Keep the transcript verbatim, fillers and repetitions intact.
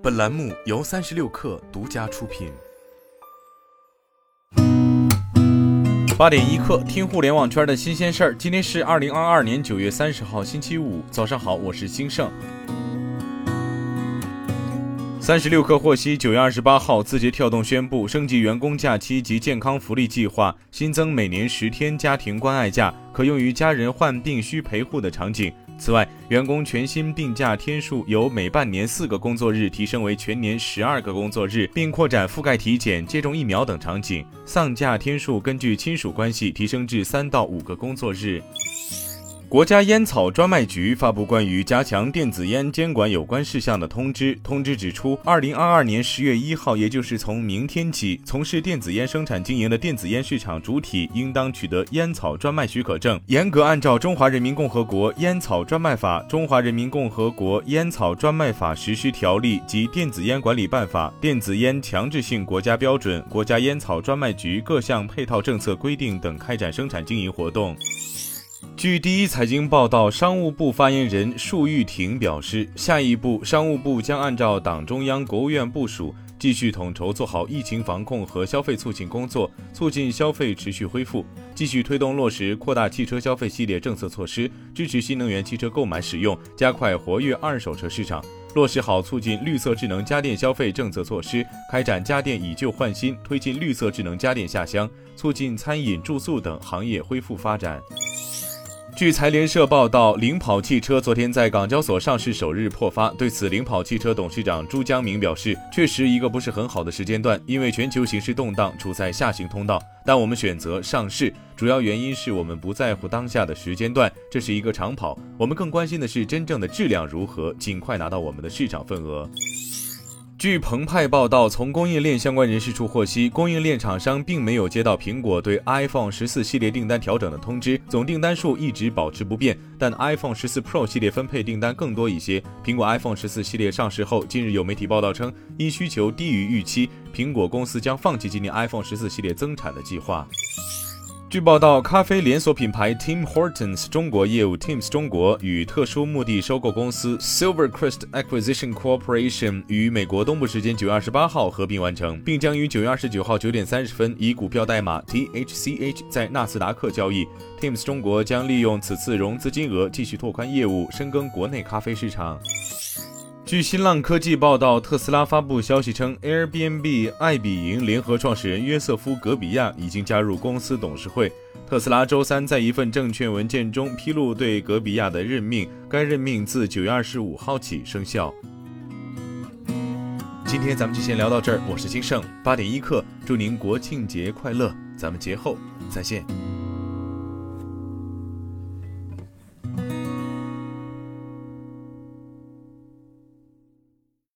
本栏目由三十六氪独家出品。八点一刻，听互联网圈的新鲜事儿。今天是二零二二年九月三十号，星期五，早上好，我是兴盛。三十六氪获悉，九月二十八号，字节跳动宣布升级员工假期及健康福利计划，新增每年十天家庭关爱假，可用于家人患病需陪护的场景。此外，员工全薪病假天数由每半年四个工作日提升为全年十二个工作日，并扩展覆盖体检、接种疫苗等场景。丧假天数根据亲属关系提升至三到五个工作日。国家烟草专卖局发布关于加强电子烟监管有关事项的通知。通知指出，二零二二年十月一号，也就是从明天起，从事电子烟生产经营的电子烟市场主体应当取得烟草专卖许可证，严格按照《中华人民共和国烟草专卖法》、《中华人民共和国烟草专卖法实施条例》及《电子烟管理办法》、电子烟强制性国家标准、国家烟草专卖局各项配套政策规定等开展生产经营活动。据第一财经报道，商务部发言人束玉婷表示，下一步商务部将按照党中央、国务院部署，继续统筹做好疫情防控和消费促进工作，促进消费持续恢复，继续推动落实扩大汽车消费系列政策措施，支持新能源汽车购买使用，加快活跃二手车市场，落实好促进绿色智能家电消费政策措施，开展家电以旧换新，推进绿色智能家电下乡，促进餐饮、住宿等行业恢复发展。据财联社报道，领跑汽车昨天在港交所上市首日破发。对此，领跑汽车董事长朱江明表示，确实一个不是很好的时间段，因为全球形势动荡，处在下行通道，但我们选择上市，主要原因是我们不在乎当下的时间段，这是一个长跑，我们更关心的是真正的质量如何，尽快拿到我们的市场份额。据澎湃报道，从供应链相关人士处获悉，供应链厂商并没有接到苹果对 iPhone 十四系列订单调整的通知，总订单数一直保持不变，但 iPhone 十四 Pro 系列分配订单更多一些。苹果 iPhone 十四系列上市后，近日有媒体报道称，因需求低于预期，苹果公司将放弃今年 iPhone 十四系列增产的计划。据报道，咖啡连锁品牌 Tim Hortons 中国业务 Tim's 中国与特殊目的收购公司 Silvercrest Acquisition Corporation 于美国东部时间九月二十八号合并完成，并将于九月二十九号九点三十分以股票代码 T H C H 在纳斯达克交易。Tim's 中国将利用此次融资金额继续拓宽业务，深耕国内咖啡市场。据新浪科技报道，特斯拉发布消息称 Airbnb 爱彼迎联合创始人约瑟夫·格比亚已经加入公司董事会。特斯拉周三在一份证券文件中披露对格比亚的任命，该任命自九月二十五号起生效。今天咱们就先聊到这儿，我是金盛，八点一刻，祝您国庆节快乐，咱们节后再见。